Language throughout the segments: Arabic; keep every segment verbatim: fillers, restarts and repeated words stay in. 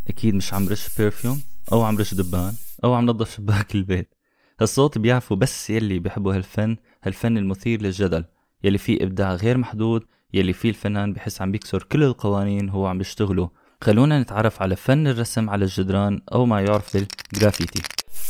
أكيد مش عم رش بيرفيوم أو عم رش دبان أو عم نظف شباك البيت. هالصوت بيعرفوا بس يلي بيحبوا هالفن، هالفن المثير للجدل يلي فيه إبداع غير محدود، يلي فيه الفنان بحس عم بيكسر كل القوانين هو عم بيشتغله. خلونا نتعرف على فن الرسم على الجدران أو ما يعرف بالجرافيتي.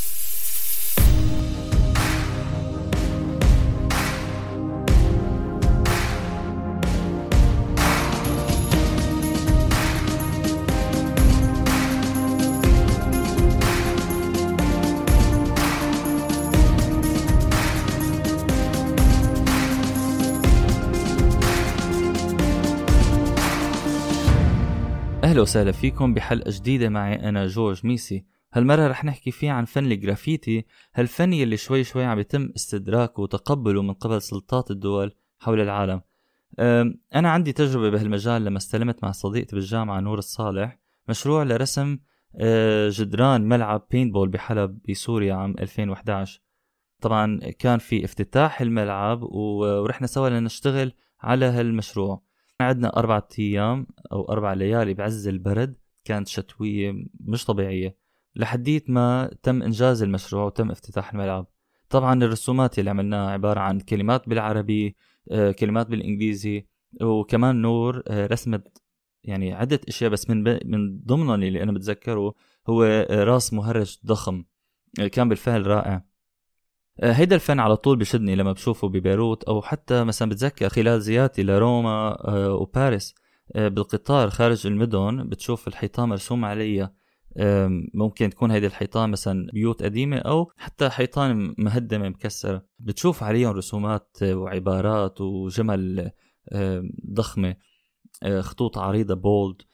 أهلا وسهلا فيكم بحلقة جديدة معي أنا جورج ميسي. هالمرة رح نحكي فيه عن فن الجرافيتي، هالفن يلي شوي شوي عم يتم استدراكه وتقبله من قبل سلطات الدول حول العالم. أنا عندي تجربة بهالمجال لما استلمت مع صديقتي بالجامعة نور الصالح مشروع لرسم جدران ملعب بينتبول بحلب بسوريا عام ألفين وإحدى عشر. طبعا كان في افتتاح الملعب ورحنا سوا لنشتغل على هالمشروع. عندنا أربعة أيام أو أربع ليالي بعز البرد، كانت شتوية مش طبيعية لحديت ما تم إنجاز المشروع وتم افتتاح الملعب. طبعا الرسومات اللي عملناها عبارة عن كلمات بالعربي، كلمات بالإنجليزي، وكمان نور رسمت يعني عدة أشياء، بس من من ضمنهم اللي أنا بتذكره هو راس مهرج ضخم كان بالفعل رائع. هيدا الفن على طول بشدني لما بشوفه ببيروت، أو حتى مثلا بتذكر خلال زيارتي لروما وباريس بالقطار خارج المدن بتشوف الحيطان مرسوم عليها. ممكن تكون هيدي الحيطان مثلا بيوت قديمة أو حتى حيطان مهدمة مكسرة، بتشوف عليهم رسومات وعبارات وجمل ضخمة، خطوط عريضة بولد.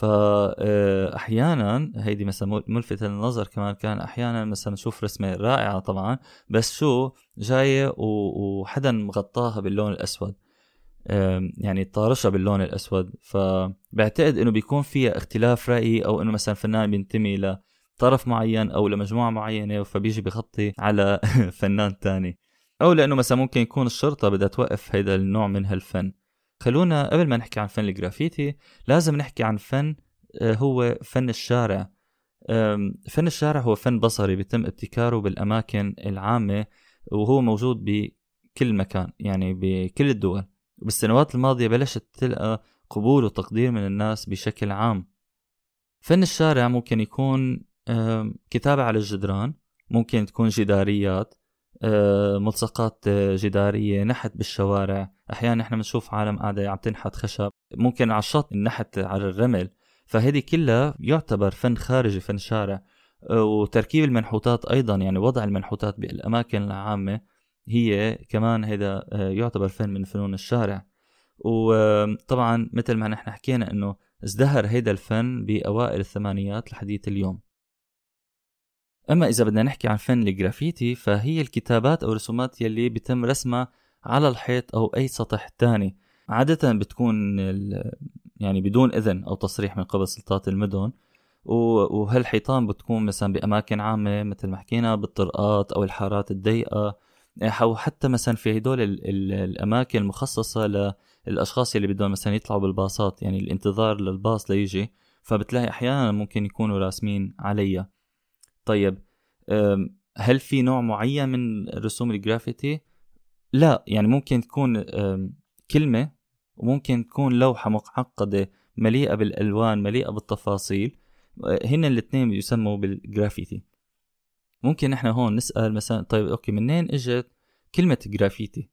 فأحيانا هيدي مثلا ملفتة للنظر، كمان كان أحيانا مثلا نشوف رسمة رائعة طبعا بس شو جاية وحدا مغطاها باللون الأسود، يعني طارشة باللون الأسود. فبعتقد إنه بيكون فيها اختلاف رأي، أو إنه مثلا فنان بينتمي لطرف معين أو لمجموعة معينة فبيجي بيغطي على فنان تاني، أو لأنه مثلا ممكن يكون الشرطة بدها توقف هيدا النوع من هالفن. خلونا قبل ما نحكي عن فن الجرافيتي لازم نحكي عن فن هو فن الشارع. فن الشارع هو فن بصري بيتم ابتكاره بالأماكن العامة، وهو موجود بكل مكان يعني بكل الدول. بالسنوات الماضية بلشت تلقى قبول وتقدير من الناس بشكل عام. فن الشارع ممكن يكون كتابة على الجدران، ممكن تكون جداريات، ملصقات جدارية، نحت بالشوارع. أحيانا إحنا بنشوف عالم قاعدة عم تنحت خشب، ممكن على الشط النحت على الرمل. فهذه كلها يعتبر فن خارجي، فن شارع. وتركيب المنحوتات أيضا، يعني وضع المنحوتات بالأماكن العامة هي كمان هذا يعتبر فن من فنون الشارع. وطبعا مثل ما نحن حكينا إنه ازدهر هذا الفن بأوائل الثمانينات لحديث اليوم. أما إذا بدنا نحكي عن فن الجرافيتي فهي الكتابات أو الرسومات يلي بيتم رسمها على الحيط أو أي سطح تاني، عادة بتكون يعني بدون إذن أو تصريح من قبل سلطات المدن. وهالحيطان بتكون مثلا بأماكن عامة مثل ما حكينا بالطرقات أو الحارات الضيقة، أو حتى مثلا في هدول الأماكن المخصصة للأشخاص اللي بدهم مثلا يطلعوا بالباصات، يعني الانتظار للباص ليجي، فبتلاقي أحيانا ممكن يكونوا راسمين عليها. طيب هل في نوع معين من رسوم الجرافيتي؟ لا، يعني ممكن تكون كلمة، وممكن تكون لوحة معقدة مليئة بالألوان مليئة بالتفاصيل. هن الاثنين يسموا بالجرافيتي. ممكن احنا هون نسأل مثلا طيب اوكي منين اجت كلمة جرافيتي؟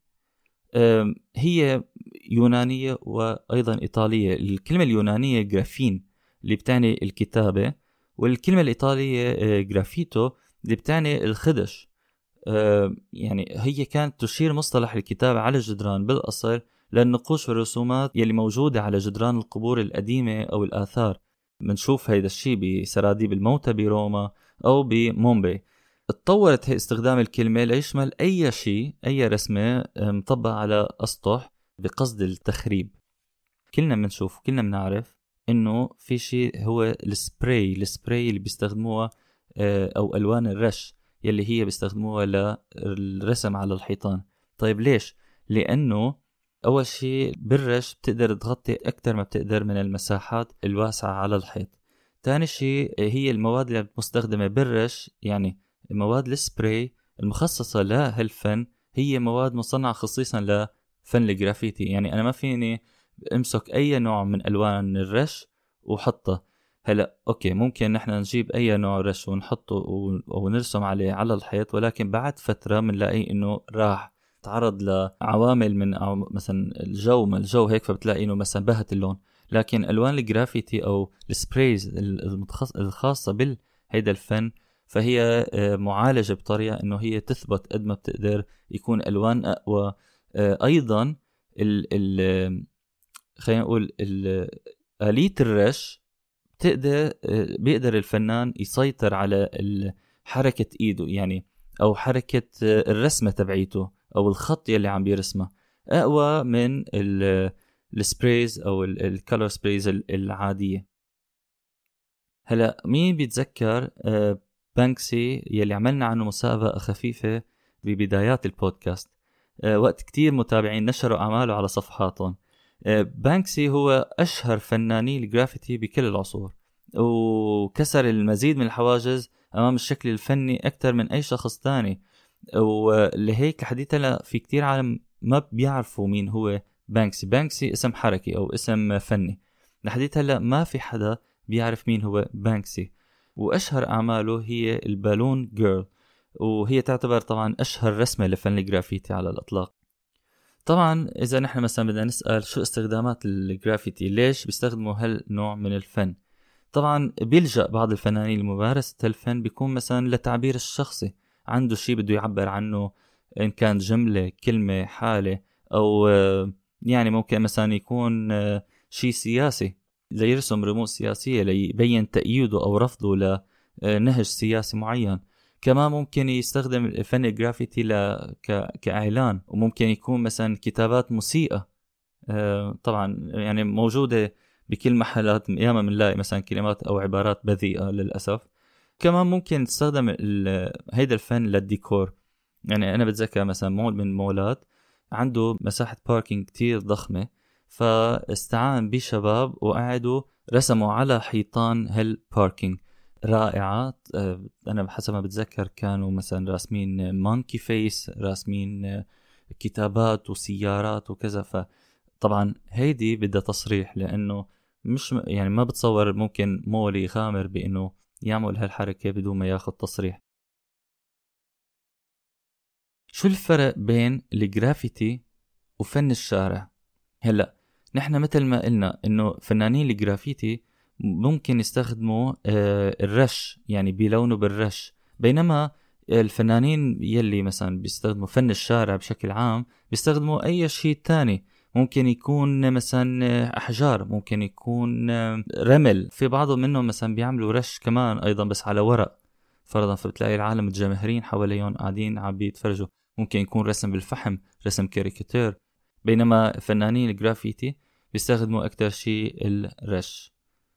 هي يونانية وأيضا إيطالية. الكلمة اليونانية جرافين اللي بتعني الكتابة، والكلمة الإيطالية جرافيتو اللي بتعني الخدش. يعني هي كانت تشير مصطلح الكتابة على الجدران بالأصل للنقوش والرسومات يلي موجودة على جدران القبور القديمة أو الآثار. منشوف هيدا الشيء بسراديب الموتى بروما أو بمومباي. اتطورت استخدام الكلمة ليشمل أي شيء، أي رسمة مطبق على أسطح بقصد التخريب. كلنا منشوف كلنا منعرف إنه في شيء هو السبراي السبراي اللي بيستخدموها، أو ألوان الرش يلي هي بيستخدموها للرسم على الحيطان. طيب ليش؟ لأنه أول شيء بالرش بتقدر تغطي أكتر ما بتقدر من المساحات الواسعة على الحيط. تاني شيء هي المواد اللي مستخدمة بالرش، يعني مواد السبراي المخصصة لهالفن هي مواد مصنعة خصيصا لفن الجرافيتي. يعني أنا ما فيني امسك أي نوع من ألوان الرش وحطه. هلا أوكي، ممكن نحن نجيب أي نوع رش ونحطه ونرسم عليه على الحيط، ولكن بعد فترة منلاقي إنه راح تعرض لعوامل من مثلا الجو من الجو هيك، فبتلاقي إنه مثلا بهت اللون. لكن ألوان الجرافيتي أو السبرايز الخاصة بالهيدا الفن فهي معالجة بطريقة إنه هي تثبت قد ما بتقدر، يكون ألوان أقوى. أيضا ال ال خلينا نقول آلية الرش بتقدر بيقدر الفنان يسيطر على حركة إيده، يعني أو حركة الرسمة تبعيته أو الخط يلي عم بيرسمه أقوى من السبرايز أو الكالر سبرايز العادية. هلا مين بيتذكر بانكسي يلي عملنا عنه مسابقة خفيفة ببدايات البودكاست؟ وقت كتير متابعين نشروا أعماله على صفحاتهم. بانكسي هو أشهر فناني الجرافيتي بكل العصور، وكسر المزيد من الحواجز أمام الشكل الفني أكثر من أي شخص تاني. ولهيك لحديث هلا في كتير عالم ما بيعرفوا مين هو بانكسي. بانكسي اسم حركي أو اسم فني. لحديث هلا ما في حدا بيعرف مين هو بانكسي. وأشهر أعماله هي البالون جيرل، وهي تعتبر طبعا أشهر رسمة لفن الجرافيتي على الأطلاق. طبعا إذا نحن مثلا بدنا نسأل شو استخدامات الجرافيتي، ليش بيستخدموا هالنوع من الفن، طبعا بيلجأ بعض الفنانين لممارسة الفن بيكون مثلا لتعبير الشخصي، عنده شيء بده يعبر عنه، إن كان جملة كلمة حالة، أو يعني ممكن مثلا يكون شيء سياسي ليرسم رموز سياسية ليبين تأييده أو رفضه لنهج سياسي معين. كمان ممكن يستخدم فن الجرافيتي كإعلان، وممكن يكون مثلا كتابات موسيقى طبعا يعني موجودة بكل محلات، ياما بنلاقي مثلا كلمات أو عبارات بذيئة للأسف. كمان ممكن تستخدم هيدا الفن للديكور. يعني أنا بتذكر مثلا مول من مولات عنده مساحة باركينج كتير ضخمة، فاستعان بشباب وقعدوا رسموا على حيطان هالباركينج رائعة. أنا بحسب ما بتذكر كانوا مثلا راسمين مونكي فيس، راسمين كتابات وسيارات وكذا. فطبعا هيدي بدها تصريح، لأنه مش يعني ما بتصور ممكن مولي غامر بأنه يعمل هالحركة بدون ما ياخد تصريح. شو الفرق بين الجرافيتي وفن الشارع؟ هلأ نحن مثل ما قلنا إنه فنانين الجرافيتي ممكن يستخدموا الرش، يعني بيلونوا بالرش، بينما الفنانين يلي مثلا بيستخدموا فن الشارع بشكل عام بيستخدموا أي شيء تاني. ممكن يكون مثلا أحجار، ممكن يكون رمل، في بعض منهم مثلا بيعملوا رش كمان أيضا بس على ورق فرضا، فبتلاقي العالم الجماهيرين حواليهم قاعدين عم بيتفرجوا. ممكن يكون رسم بالفحم، رسم كاريكاتير. بينما فنانين الجرافيتي بيستخدموا أكتر شيء الرش.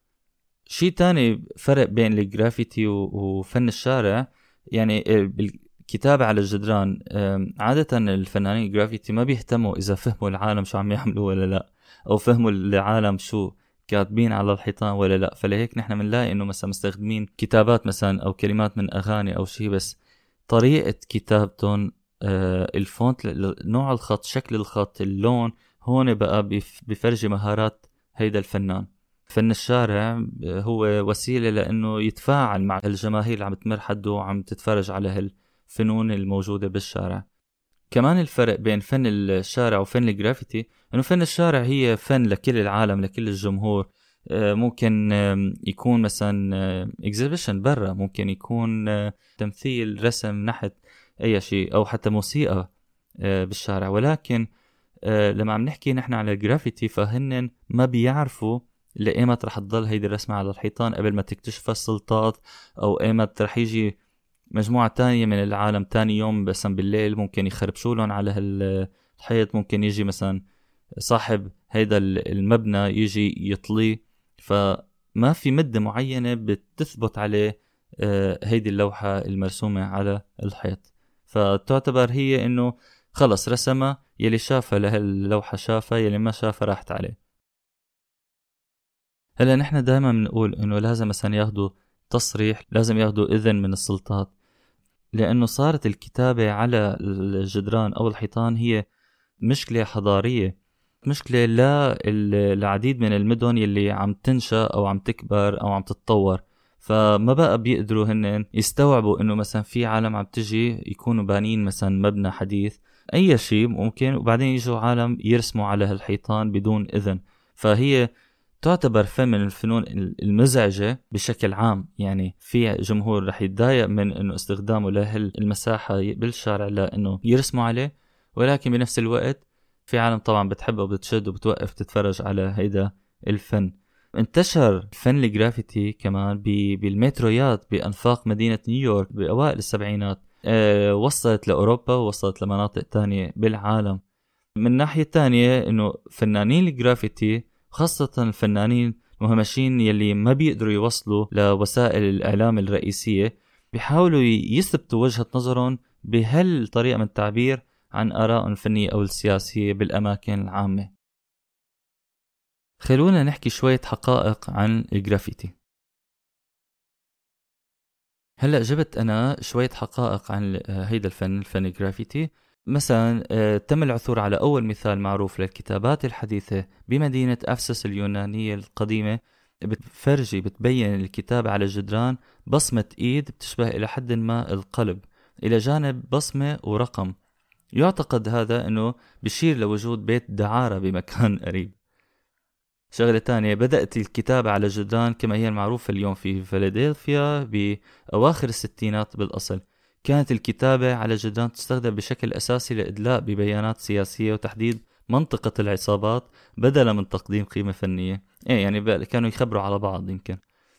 شيء تاني فرق بين الجرافيتي وفن الشارع، يعني بالكتابة على الجدران. عادة الفنانين الجرافيتي ما بيهتموا إذا فهموا العالم شو عم يعملوا ولا لا، أو فهموا العالم شو كاتبين على الحيطان ولا لا. فلهيك نحن منلاقي إنه مثلا مستخدمين كتابات مثلا أو كلمات من أغاني أو شيء، بس طريقة كتابتهم، الفونت، نوع الخط، شكل الخط، اللون، هون بقى بفرجي مهارات هيدا الفنان. فن الشارع هو وسيلة لأنه يتفاعل مع الجماهير اللي عم تمر حده وعم تتفرج على هالفنون الموجودة بالشارع. كمان الفرق بين فن الشارع وفن الجرافيتي إنه فن الشارع هي فن لكل العالم، لكل الجمهور. ممكن يكون مثلا اكزيبيشن برا، ممكن يكون تمثيل، رسم، نحت، أي شيء، أو حتى موسيقى بالشارع. ولكن لما عم نحكي نحن على الجرافيتي فهن ما بيعرفوا لإيمت رح تضل هيدي الرسمة على الحيطان قبل ما تكتشف السلطات، أو إيمت رح يجي مجموعة تانية من العالم تاني يوم بس بالليل ممكن يخربشوا لهم على هالحيط. ممكن يجي مثلا صاحب هيدا المبنى يجي يطلي، فما في مدة معينة بتثبت عليه هيدي اللوحة المرسومة على الحيط. فتعتبر هي إنه خلص رسمة، يلي شافها لهاللوحة شافها، يلي ما شافها راحت عليه. هلا نحن دائما بنقول انه لازم مثلا ياخذوا تصريح، لازم ياخذوا اذن من السلطات، لانه صارت الكتابة على الجدران او الحيطان هي مشكلة حضارية، مشكلة للعديد من المدن يلي عم تنشأ او عم تكبر او عم تتطور. فما بقى بيقدروا هن يستوعبوا انه مثلا في عالم عم تجي يكونوا بانين مثلا مبنى حديث اي شيء ممكن، وبعدين يجوا عالم يرسموا على هالحيطان بدون اذن. فهي تعتبر فن من الفنون المزعجة بشكل عام. يعني في جمهور رح يتضايق من انه استخدامه لهالمساحة بالشارع لانه يرسموا عليه، ولكن بنفس الوقت في عالم طبعا بتحبه وبتشد وبتوقف تتفرج على هيدا الفن. انتشر فن الجرافيتي كمان بالمترويات بأنفاق مدينة نيويورك بأوائل السبعينات. أه وصلت لأوروبا ووصلت لمناطق تانية بالعالم. من ناحية تانية انه فنانين الجرافيتي خاصة الفنانين مهمشين يلي ما بيقدروا يوصلوا لوسائل الإعلام الرئيسية بيحاولوا يثبتوا وجهة نظرهم بهالطريقة من التعبير عن آرائهم الفنية أو السياسية بالأماكن العامة. خلونا نحكي شوية حقائق عن الجرافيتي. هلأ جبت أنا شوية حقائق عن هيدا الفن، الفن الجرافيتي. مثلا تم العثور على أول مثال معروف للكتابات الحديثة بمدينة أفسس اليونانية القديمة، بتفرجي بتبين الكتابة على الجدران بصمة إيد بتشبه إلى حد ما القلب إلى جانب بصمة ورقم. يعتقد هذا أنه بيشير لوجود بيت دعارة بمكان قريب. شغلة تانية، بدأت الكتابة على الجدران كما هي المعروفة اليوم في فيلادلفيا بأواخر الستينات. بالأصل كانت الكتابة على الجدران تستخدم بشكل أساسي لإدلاء ببيانات سياسية وتحديد منطقة العصابات بدلا من تقديم قيمة فنية. إيه يعني كانوا يخبروا على بعض يمكن.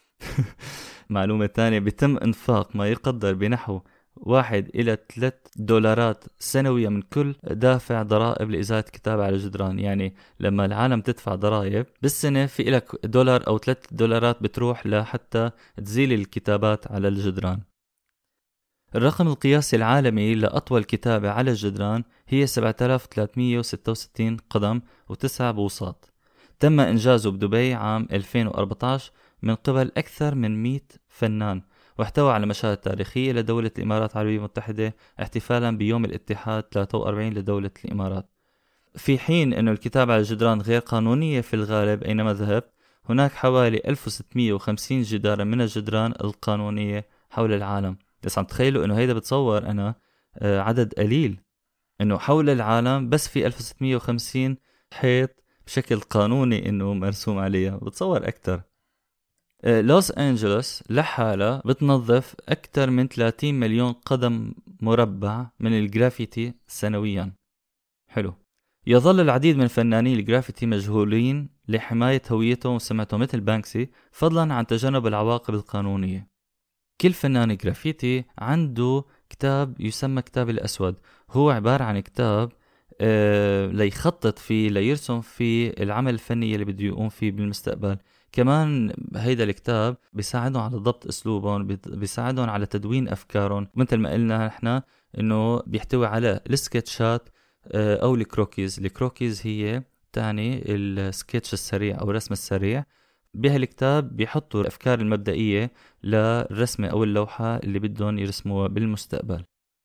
معلومة تانية، بيتم إنفاق ما يقدر بنحو واحد إلى ثلاث دولارات سنويا من كل دافع ضرائب لإزالة كتابة على الجدران. يعني لما العالم تدفع ضرائب بالسنة في إلك دولار أو ثلاث دولارات بتروح لحتى تزيل الكتابات على الجدران. الرقم القياسي العالمي لأطول كتابة على الجدران هي سبعة آلاف وثلاثمية وستة وستين قدم وتسع بوصات. تم إنجازه بدبي عام ألفين وأربعة عشر من قبل أكثر من مئة فنان، واحتوى على مشاهد تاريخية لدولة الإمارات العربية المتحدة احتفالا بيوم الاتحاد ثلاثة وأربعين لدولة الإمارات. في حين أن الكتابة على الجدران غير قانونية في الغالب أينما ذهبت، هناك حوالي ألف وستمية وخمسين جدارا من الجدران القانونية حول العالم. بس عم تخيلوا أنه هيدا بتصور أنا عدد قليل، أنه حول العالم بس في ألف وستمية وخمسين حيط بشكل قانوني أنه مرسوم عليها. بتصور أكتر. لوس أنجلوس لحالة بتنظف أكثر من ثلاثين مليون قدم مربع من الجرافيتي سنويا. حلو. يظل العديد من فناني الجرافيتي مجهولين لحماية هويتهم وسمعتهم مثل بانكسي، فضلا عن تجنب العواقب القانونية. كل فنان جرافيتي عنده كتاب يسمى كتاب الأسود. هو عبارة عن كتاب آه ليخطط فيه ليرسم فيه العمل الفني اللي بده يقوم فيه بالمستقبل. كمان هيدا الكتاب بيساعدهم على ضبط أسلوبهم، بيساعدهم على تدوين أفكارهم. مثل ما قلنا نحن إنه بيحتوي على السكتشات آه أو الكروكيز. الكروكيز هي تعني السكتش السريع أو الرسم السريع. بهالكتاب بيحطوا الأفكار المبدئية للرسمة أو اللوحة اللي بدهم يرسموها بالمستقبل.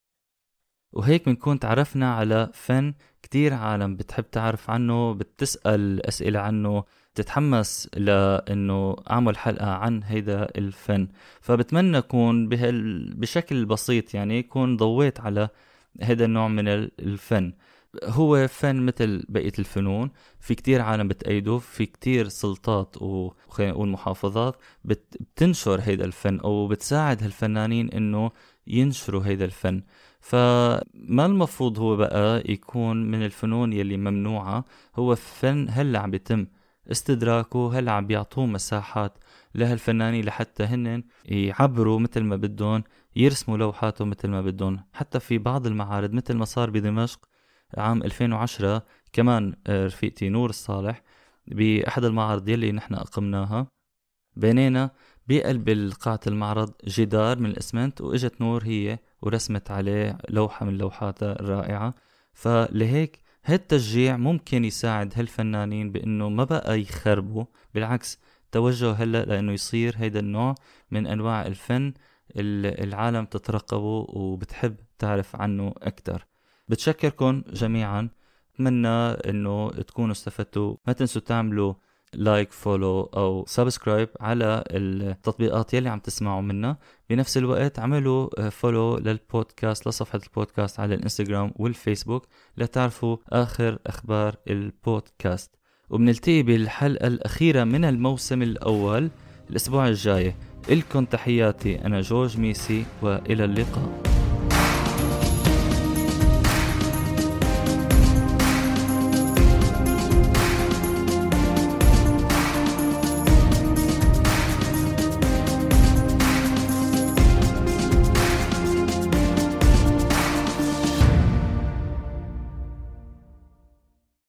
وهيك بنكون تعرفنا على فن كتير عالم بتحب تعرف عنه، بتسأل أسئلة عنه، تتحمس لأنه أعمل حلقة عن هيدا الفن. فبتمنى أكون بهال بشكل بسيط يعني يكون ضويت على هذا النوع من الفن. هو فن مثل بقية الفنون، في كتير عالم بتأيده، في كتير سلطات والمحافظات بتنشر هيدا الفن أو بتساعد هالفنانين إنه ينشروا هيدا الفن. فما المفروض هو بقى يكون من الفنون يلي ممنوعة. هو فن هل عم بيتم استدراكه، هل عم بيعطوه مساحات لهالفنانين لحتى هن يعبروا مثل ما بدهم، يرسموا لوحاتهم مثل ما بدهم. حتى في بعض المعارض مثل ما صار بدمشق عام ألفين وعشرة، كمان رفيقتي نور الصالح بأحد المعارض يلي نحن أقمناها، بينينا بقلب قاعة المعرض جدار من الإسمنت، وإجت نور هي ورسمت عليه لوحة من لوحاتها الرائعة. فلهيك هالتشجيع ممكن يساعد هالفنانين بأنه ما بقى يخربوا، بالعكس توجه هلأ لأنه يصير هيدا النوع من أنواع الفن العالم تترقبه وبتحب تعرف عنه أكتر. بتشكركم جميعا، أتمنى أنه تكونوا استفدتوا. ما تنسوا تعملوا لايك فولو أو سبسكرايب على التطبيقات يلي عم تسمعوا منها. بنفس الوقت عملوا فولو للبودكاست، لصفحة البودكاست على الانستغرام والفيسبوك لتعرفوا آخر أخبار البودكاست. وبنلتقي بالحلقة الأخيرة من الموسم الأول الأسبوع الجاي. إلكم تحياتي، أنا جورج ميسي، وإلى اللقاء.